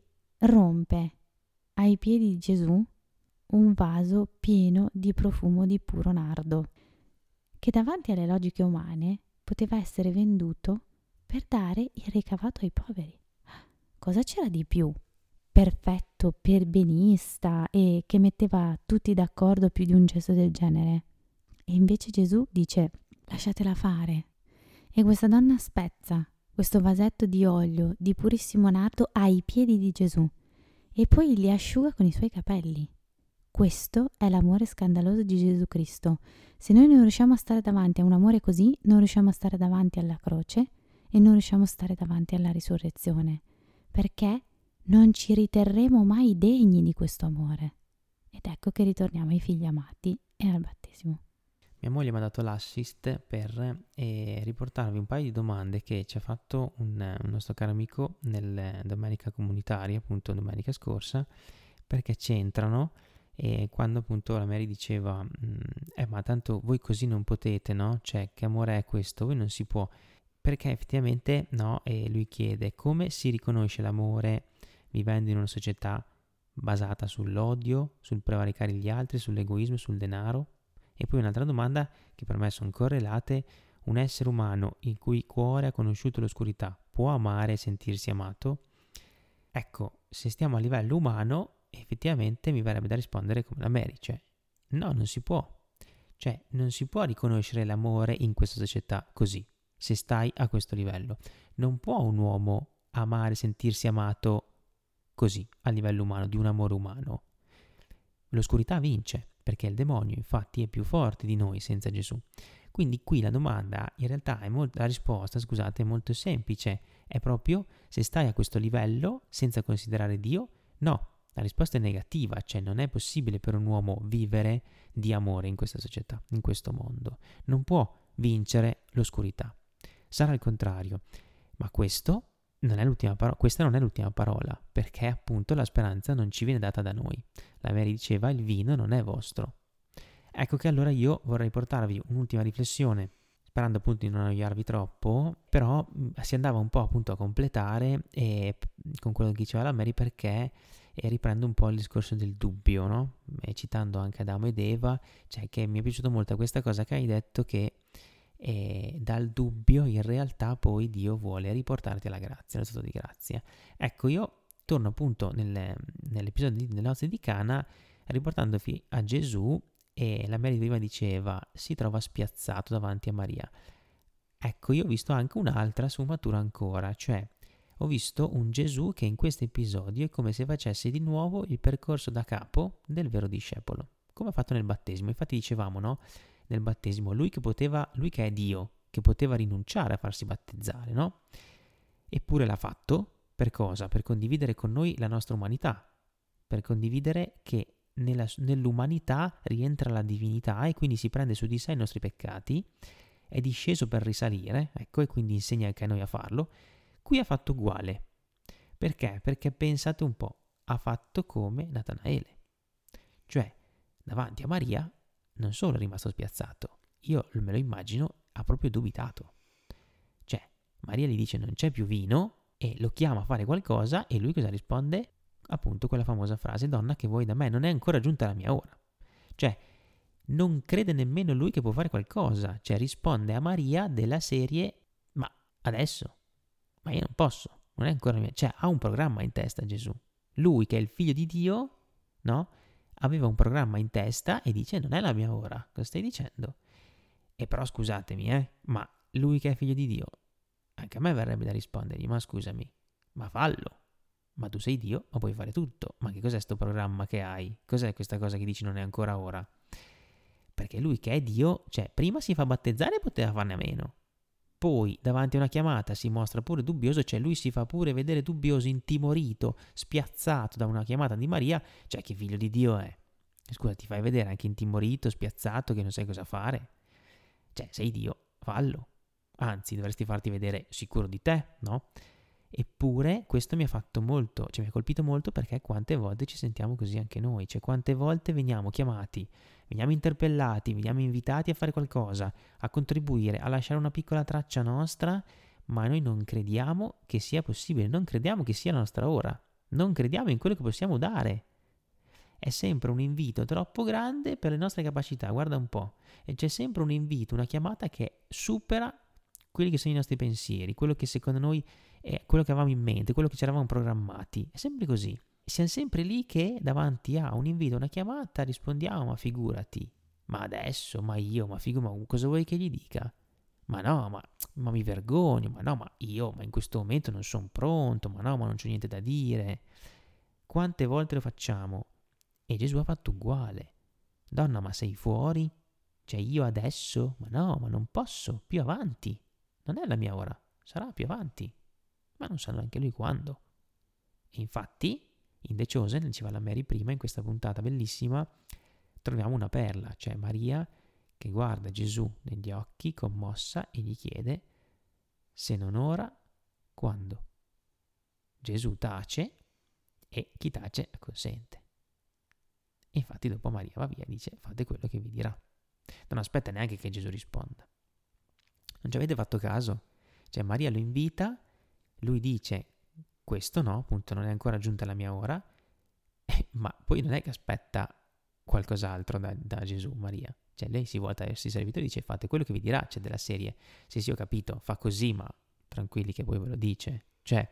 rompe ai piedi di Gesù un vaso pieno di profumo di puro nardo, che davanti alle logiche umane poteva essere venduto per dare il ricavato ai poveri. Cosa c'era di più perfetto, perbenista e che metteva tutti d'accordo più di un gesto del genere? E invece Gesù dice: lasciatela fare. E questa donna spezza questo vasetto di olio di purissimo nardo ai piedi di Gesù e poi li asciuga con i suoi capelli. Questo è l'amore scandaloso di Gesù Cristo. Se noi non riusciamo a stare davanti a un amore così, non riusciamo a stare davanti alla croce e non riusciamo a stare davanti alla risurrezione, perché non ci riterremo mai degni di questo amore. Ed ecco che ritorniamo ai figli amati e al battesimo. Mia moglie mi ha dato l'assist per riportarvi un paio di domande che ci ha fatto un nostro caro amico nel Domenica Comunitaria, appunto domenica scorsa, perché c'entrano quando appunto la Mary diceva ma tanto voi così non potete, no? Cioè, che amore è questo? Voi non si può. Perché effettivamente, no? E lui chiede come si riconosce l'amore vivendo in una società basata sull'odio, sul prevaricare gli altri, sull'egoismo, sul denaro. E poi un'altra domanda che per me sono correlate: un essere umano il cui cuore ha conosciuto l'oscurità può amare e sentirsi amato? Ecco, se stiamo a livello umano, effettivamente mi verrebbe da rispondere come la Mary, cioè no, non si può. Cioè non si può riconoscere l'amore in questa società così, se stai a questo livello. Non può un uomo amare, sentirsi amato così, a livello umano, di un amore umano. L'oscurità vince, perché il demonio infatti è più forte di noi senza Gesù. Quindi qui la domanda, in realtà la risposta, scusate, è molto semplice. È proprio: se stai a questo livello senza considerare Dio, no. La risposta è negativa, cioè non è possibile per un uomo vivere di amore in questa società, in questo mondo. Non può vincere l'oscurità. Sarà il contrario. Ma questa non è l'ultima parola, perché appunto la speranza non ci viene data da noi. La Mary diceva: il vino non è vostro. Ecco che allora io vorrei portarvi un'ultima riflessione, sperando appunto di non annoiarvi troppo, però si andava un po' appunto a completare con quello che diceva la Mary, perché riprendo un po' il discorso del dubbio, no? E citando anche Adamo ed Eva, cioè che mi è piaciuta molto questa cosa che hai detto, che dal dubbio in realtà poi Dio vuole riportarti alla grazia, allo stato di grazia. Ecco, io torno appunto nell'episodio delle nozze di Cana, riportandovi a Gesù, e la Mary prima diceva si trova spiazzato davanti a Maria. Ecco, io ho visto anche un'altra sfumatura ancora, cioè ho visto un Gesù che in questo episodio è come se facesse di nuovo il percorso da capo del vero discepolo, come ha fatto nel battesimo. Infatti dicevamo, no? Nel battesimo, lui che è Dio, che poteva rinunciare a farsi battezzare, no? Eppure l'ha fatto, per cosa? Per condividere con noi la nostra umanità, per condividere che nell'umanità rientra la divinità e quindi si prende su di sé i nostri peccati, è disceso per risalire, ecco, e quindi insegna anche a noi a farlo. Qui ha fatto uguale. Perché? Perché pensate un po', ha fatto come Natanaele. Cioè, davanti a Maria non solo è rimasto spiazzato, io me lo immagino, ha proprio dubitato. Cioè, Maria gli dice non c'è più vino e lo chiama a fare qualcosa e lui cosa risponde? Appunto quella famosa frase: donna, che vuoi da me? Non è ancora giunta la mia ora. Cioè, non crede nemmeno lui che può fare qualcosa. Cioè, risponde a Maria della serie: ma adesso? Ma io non posso, non è ancora mia. Cioè, ha un programma in testa Gesù. Lui che è il figlio di Dio, no? Aveva un programma in testa e dice non è la mia ora. Cosa stai dicendo? E però scusatemi, ma lui che è figlio di Dio, anche a me verrebbe da rispondergli: ma scusami, ma fallo. Ma tu sei Dio, ma puoi fare tutto. Ma che cos'è sto programma che hai? Cos'è questa cosa che dici non è ancora ora? Perché lui che è Dio, cioè, prima si fa battezzare e poteva farne a meno. Poi, davanti a una chiamata, si mostra pure dubbioso, cioè lui si fa pure vedere dubbioso, intimorito, spiazzato da una chiamata di Maria, cioè che figlio di Dio è? Scusa, ti fai vedere anche intimorito, spiazzato, che non sai cosa fare? Cioè, sei Dio, fallo. Anzi, dovresti farti vedere sicuro di te, no? Eppure questo mi ha fatto molto, cioè mi ha colpito molto, perché quante volte ci sentiamo così anche noi, cioè quante volte veniamo chiamati, veniamo interpellati, veniamo invitati a fare qualcosa, a contribuire, a lasciare una piccola traccia nostra, ma noi non crediamo che sia possibile, non crediamo che sia la nostra ora, non crediamo in quello che possiamo dare. È sempre un invito troppo grande per le nostre capacità, guarda un po', e c'è sempre un invito, una chiamata che supera quelli che sono i nostri pensieri, quello che secondo noi è quello che avevamo in mente, quello che ci eravamo programmati. È sempre così. Siamo sempre lì che davanti a un invito, una chiamata, rispondiamo: ma figurati, ma adesso, ma io, ma cosa vuoi che gli dica? Ma no, ma mi vergogno, ma no, ma in questo momento non sono pronto, ma no, ma non c'ho niente da dire. Quante volte lo facciamo? E Gesù ha fatto uguale. Donna, ma sei fuori? Cioè io adesso? Ma no, ma non posso, più avanti. Non è la mia ora, sarà più avanti. Ma non sa neanche lui quando. E infatti, in The Chosen, diceva la Mary prima, in questa puntata bellissima, troviamo una perla, cioè Maria che guarda Gesù negli occhi, commossa, e gli chiede: se non ora, quando? Gesù tace e chi tace consente. E infatti dopo Maria va via e dice: fate quello che vi dirà. Non aspetta neanche che Gesù risponda. Non ci avete fatto caso? Cioè Maria lo invita, lui dice: questo no, appunto non è ancora giunta la mia ora, ma poi non è che aspetta qualcos'altro da Gesù, Maria. Cioè lei si vuota verso i servitori e dice: fate quello che vi dirà, cioè della serie: sì ho capito, fa così, ma tranquilli che poi ve lo dice. Cioè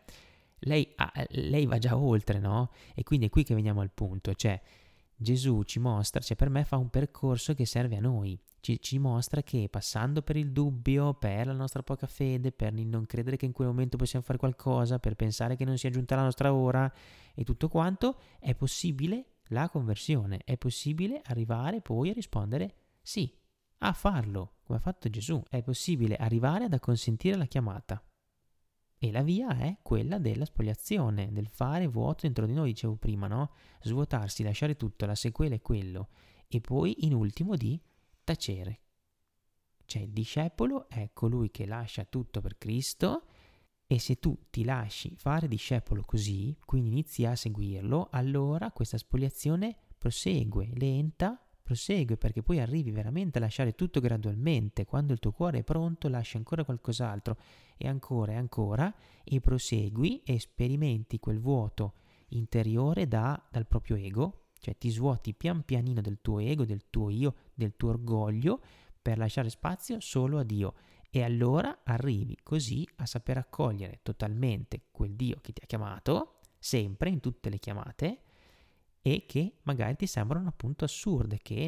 lei va già oltre, no? E quindi è qui che veniamo al punto, cioè Gesù ci mostra, cioè per me fa un percorso che serve a noi, ci mostra che passando per il dubbio, per la nostra poca fede, per il non credere che in quel momento possiamo fare qualcosa, per pensare che non sia giunta la nostra ora e tutto quanto, è possibile la conversione, è possibile arrivare poi a rispondere sì, a farlo, come ha fatto Gesù, è possibile arrivare ad acconsentire la chiamata. E la via è quella della spoliazione, del fare vuoto dentro di noi, dicevo prima, no? Svuotarsi, lasciare tutto, la sequela è quello. E poi, in ultimo, di tacere. Cioè il discepolo è colui che lascia tutto per Cristo, e se tu ti lasci fare discepolo così, quindi inizi a seguirlo, allora questa spoliazione prosegue, lenta, prosegue, perché poi arrivi veramente a lasciare tutto gradualmente. Quando il tuo cuore è pronto, lasci ancora qualcos'altro e ancora, e prosegui e sperimenti quel vuoto interiore dal proprio ego, cioè ti svuoti pian pianino del tuo ego, del tuo io, del tuo orgoglio, per lasciare spazio solo a Dio. E allora arrivi così a saper accogliere totalmente quel Dio che ti ha chiamato, sempre in tutte le chiamate, e che magari ti sembrano appunto assurde, che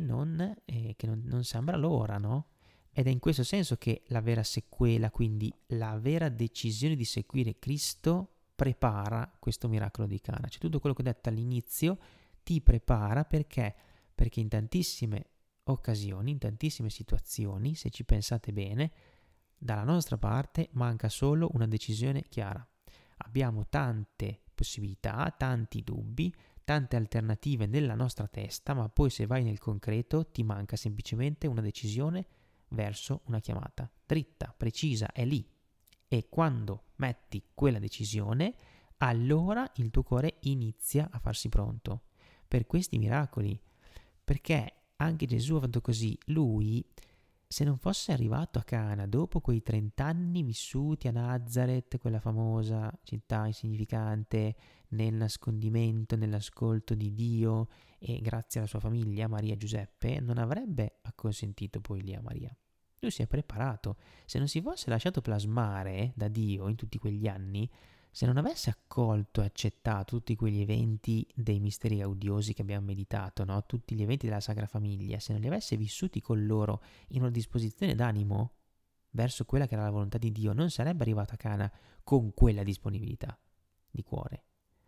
non sembra l'ora, no? Ed è in questo senso che la vera sequela, quindi la vera decisione di seguire Cristo, prepara questo miracolo di Cana. Cioè tutto quello che ho detto all'inizio ti prepara perché in tantissime occasioni, in tantissime situazioni, se ci pensate bene, dalla nostra parte manca solo una decisione chiara. Abbiamo tante possibilità, tanti dubbi, tante alternative nella nostra testa, ma poi se vai nel concreto ti manca semplicemente una decisione verso una chiamata dritta, precisa, è lì. E quando metti quella decisione, allora il tuo cuore inizia a farsi pronto per questi miracoli, perché anche Gesù ha fatto così. Lui, se non fosse arrivato a Cana dopo quei 30 anni vissuti a Nazareth, quella famosa città insignificante, nel nascondimento, nell'ascolto di Dio, e grazie alla sua famiglia, Maria e Giuseppe, non avrebbe acconsentito poi lì a Maria. Lui si è preparato. Se non si fosse lasciato plasmare da Dio in tutti quegli anni, se non avesse accolto e accettato tutti quegli eventi dei misteri gaudiosi che abbiamo meditato, no? Tutti gli eventi della Sacra Famiglia, se non li avesse vissuti con loro in una disposizione d'animo verso quella che era la volontà di Dio, non sarebbe arrivato a Cana con quella disponibilità di cuore.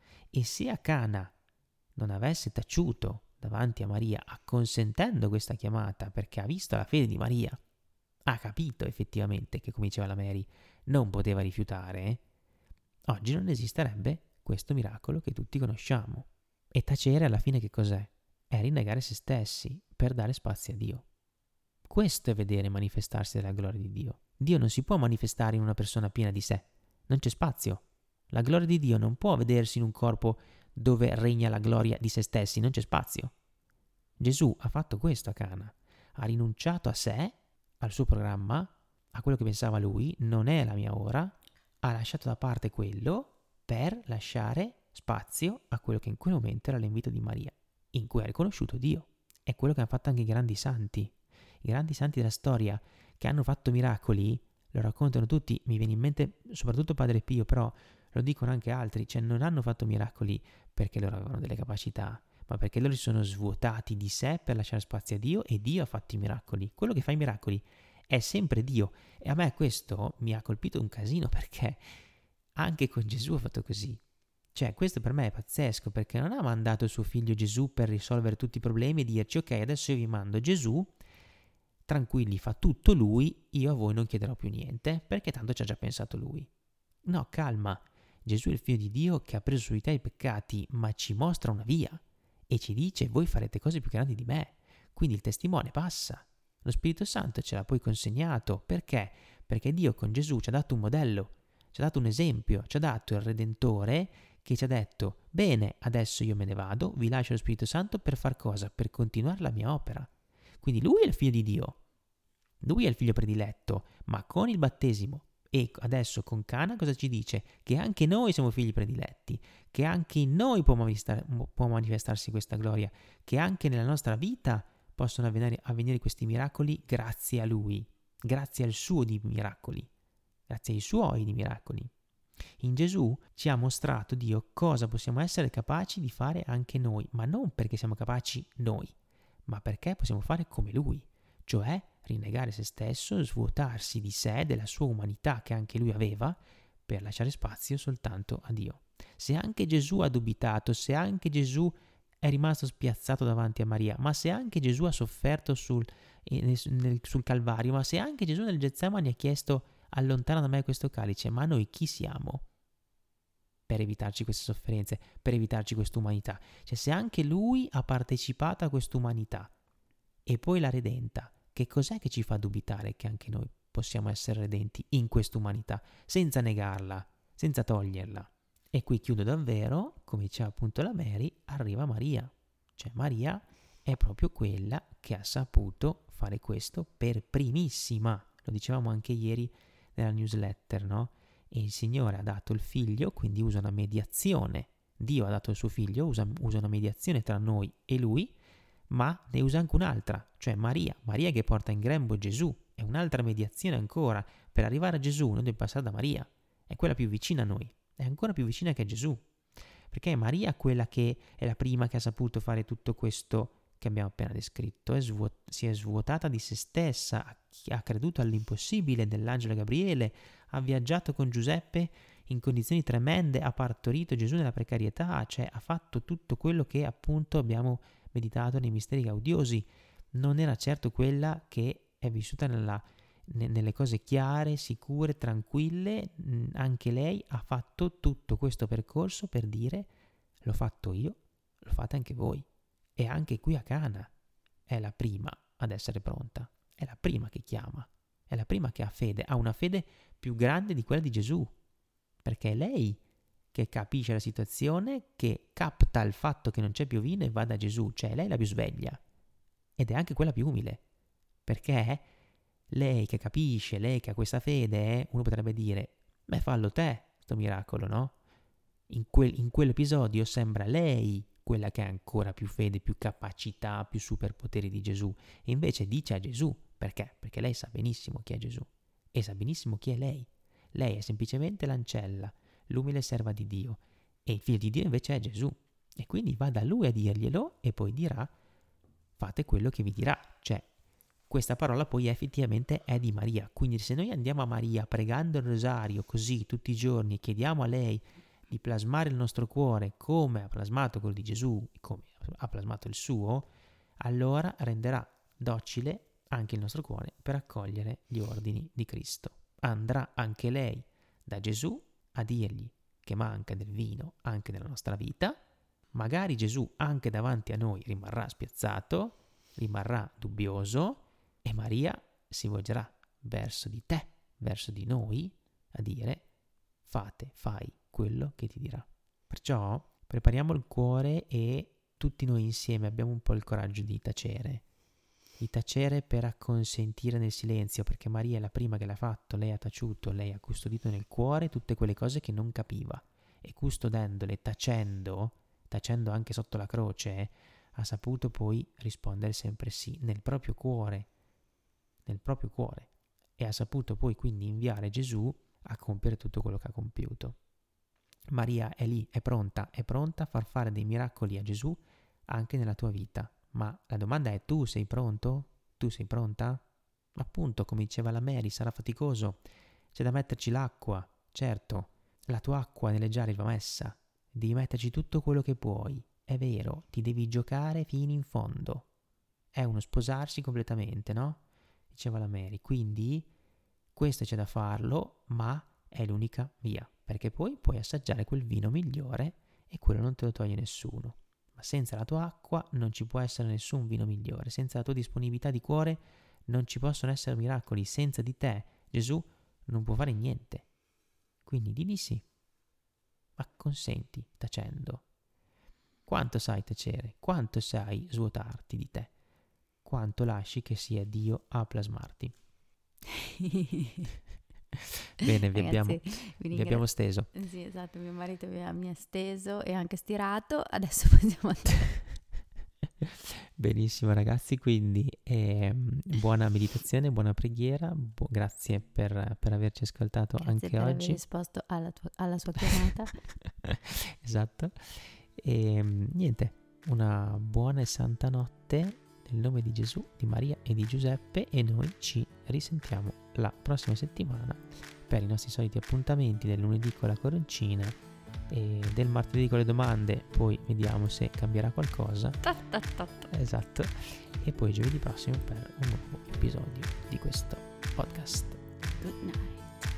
E se a Cana non avesse taciuto davanti a Maria, acconsentendo questa chiamata perché ha visto la fede di Maria, ha capito effettivamente che, come diceva la Mary, non poteva rifiutare, oggi non esisterebbe questo miracolo che tutti conosciamo. E tacere alla fine che cos'è? È rinnegare se stessi per dare spazio a Dio. Questo è vedere manifestarsi della gloria di Dio. Dio non si può manifestare in una persona piena di sé, non c'è spazio. La gloria di Dio non può vedersi in un corpo dove regna la gloria di se stessi, non c'è spazio. Gesù ha fatto questo a Cana, ha rinunciato a sé, al suo programma, a quello che pensava lui, non è la mia ora, ha lasciato da parte quello per lasciare spazio a quello che in quel momento era l'invito di Maria, in cui ha riconosciuto Dio. È quello che hanno fatto anche i grandi santi della storia, che hanno fatto miracoli, lo raccontano tutti, mi viene in mente soprattutto Padre Pio, però lo dicono anche altri, cioè non hanno fatto miracoli perché loro avevano delle capacità, ma perché loro si sono svuotati di sé per lasciare spazio a Dio, e Dio ha fatto i miracoli. Quello che fa i miracoli è sempre Dio. E a me questo mi ha colpito un casino, perché anche con Gesù ha fatto così. Cioè, questo per me è pazzesco, perché non ha mandato il suo figlio Gesù per risolvere tutti i problemi e dirci: ok, adesso io vi mando Gesù, tranquilli, fa tutto lui, io a voi non chiederò più niente, perché tanto ci ha già pensato lui. No, calma. Gesù è il figlio di Dio che ha preso su di te i peccati, ma ci mostra una via e ci dice: voi farete cose più grandi di me. Quindi il testimone passa. Lo Spirito Santo ce l'ha poi consegnato. Perché? Perché Dio con Gesù ci ha dato un modello, ci ha dato un esempio, ci ha dato il Redentore che ci ha detto: bene, adesso io me ne vado, vi lascio lo Spirito Santo per far cosa? Per continuare la mia opera. Quindi lui è il figlio di Dio, lui è il figlio prediletto, ma con il battesimo e adesso con Cana cosa ci dice? Che anche noi siamo figli prediletti, che anche in noi può manifestarsi questa gloria, che anche nella nostra vita possono avvenire questi miracoli grazie a Lui, grazie al suo di miracoli, grazie ai suoi di miracoli. In Gesù ci ha mostrato Dio cosa possiamo essere capaci di fare anche noi, ma non perché siamo capaci noi, ma perché possiamo fare come Lui, cioè rinnegare se stesso, svuotarsi di sé, della sua umanità che anche lui aveva, per lasciare spazio soltanto a Dio. Se anche Gesù ha dubitato, se anche Gesù è rimasto spiazzato davanti a Maria, ma se anche Gesù ha sofferto sul Calvario, ma se anche Gesù nel Getsemani ha chiesto: allontana da me questo calice, ma noi chi siamo per evitarci queste sofferenze, per evitarci quest'umanità? Cioè, se anche lui ha partecipato a quest'umanità e poi l'ha redenta, che cos'è che ci fa dubitare che anche noi possiamo essere redenti in quest'umanità, senza negarla, senza toglierla? E qui chiudo davvero, come diceva appunto la Mary, arriva Maria. Cioè Maria è proprio quella che ha saputo fare questo per primissima. Lo dicevamo anche ieri nella newsletter, no? E il Signore ha dato il figlio, quindi usa una mediazione. Dio ha dato il suo figlio, usa una mediazione tra noi e lui, ma ne usa anche un'altra, cioè Maria che porta in grembo Gesù. È un'altra mediazione ancora. Per arrivare a Gesù noi dobbiamo passare da Maria, è quella più vicina a noi, è ancora più vicina che a Gesù, perché è Maria quella che è la prima che ha saputo fare tutto questo che abbiamo appena descritto. Si è svuotata di se stessa, ha creduto all'impossibile dell'angelo Gabriele, ha viaggiato con Giuseppe in condizioni tremende, ha partorito Gesù nella precarietà, cioè ha fatto tutto quello che appunto abbiamo meditato nei misteri gaudiosi. Non era certo quella che è vissuta nelle cose chiare, sicure, tranquille. Anche lei ha fatto tutto questo percorso per dire: l'ho fatto io, lo fate anche voi. E anche qui a Cana è la prima ad essere pronta, è la prima che chiama, è la prima che ha fede, ha una fede più grande di quella di Gesù, perché è lei che capisce la situazione, che capta il fatto che non c'è più vino e va da Gesù. Cioè è lei la più sveglia ed è anche quella più umile, perché lei che capisce, lei che ha questa fede, uno potrebbe dire: beh, fallo te sto miracolo, no? In quell'episodio sembra lei quella che ha ancora più fede, più capacità, più superpoteri di Gesù, e invece dice a Gesù. Perché? Perché lei sa benissimo chi è Gesù e sa benissimo chi è lei. Lei è semplicemente l'ancella, l'umile serva di Dio, e il figlio di Dio invece è Gesù, e quindi va da lui a dirglielo e poi dirà: fate quello che vi dirà. Cioè questa parola poi effettivamente è di Maria. Quindi se noi andiamo a Maria pregando il rosario così tutti i giorni e chiediamo a lei di plasmare il nostro cuore come ha plasmato quello di Gesù, come ha plasmato il suo, allora renderà docile anche il nostro cuore per accogliere gli ordini di Cristo. Andrà anche lei da Gesù a dirgli che manca del vino anche nella nostra vita. Magari Gesù anche davanti a noi rimarrà spiazzato, rimarrà dubbioso, e Maria si volgerà verso di te, verso di noi, a dire: fai quello che ti dirà. Perciò prepariamo il cuore e tutti noi insieme abbiamo un po' il coraggio di tacere per acconsentire nel silenzio, perché Maria è la prima che l'ha fatto. Lei ha taciuto, lei ha custodito nel cuore tutte quelle cose che non capiva, e custodendole, tacendo anche sotto la croce, ha saputo poi rispondere sempre sì nel proprio cuore, e ha saputo poi quindi inviare Gesù a compiere tutto quello che ha compiuto. Maria è lì, è pronta a far fare dei miracoli a Gesù anche nella tua vita. Ma la domanda è: tu sei pronto? Tu sei pronta? Appunto, come diceva la Mary, sarà faticoso, c'è da metterci l'acqua, certo, la tua acqua nelle giare va messa, devi metterci tutto quello che puoi, è vero, ti devi giocare fino in fondo, è uno sposarsi completamente, no? Diceva la Mary. Quindi questo c'è da farlo, ma è l'unica via, perché poi puoi assaggiare quel vino migliore e quello non te lo toglie nessuno. Ma senza la tua acqua non ci può essere nessun vino migliore, senza la tua disponibilità di cuore non ci possono essere miracoli, senza di te Gesù non può fare niente. Quindi di sì, acconsenti tacendo. Quanto sai tacere? Quanto sai svuotarti di te? Quanto lasci che sia Dio a plasmarti? Bene, vi abbiamo steso. Sì, esatto, mio marito mi ha steso e anche stirato, adesso possiamo andare. Benissimo ragazzi, quindi buona meditazione, buona preghiera, grazie per averci ascoltato. Grazie anche per oggi. Aver risposto alla sua chiamata. Esatto. E niente, una buona e santa notte nel nome di Gesù, di Maria e di Giuseppe, e noi ci risentiamo la prossima settimana per i nostri soliti appuntamenti del lunedì con la coroncina e del martedì con le domande. Poi vediamo se cambierà qualcosa. Esatto. E poi giovedì prossimo per un nuovo episodio di questo podcast. Good night.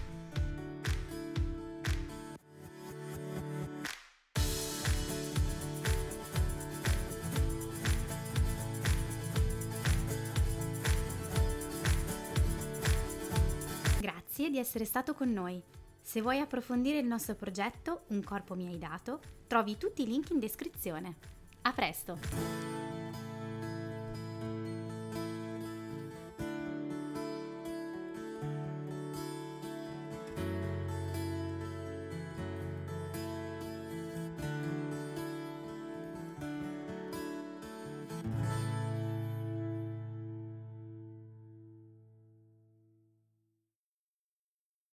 Grazie di essere stato con noi. Se vuoi approfondire il nostro progetto Un corpo mi hai dato, trovi tutti i link in descrizione. A presto!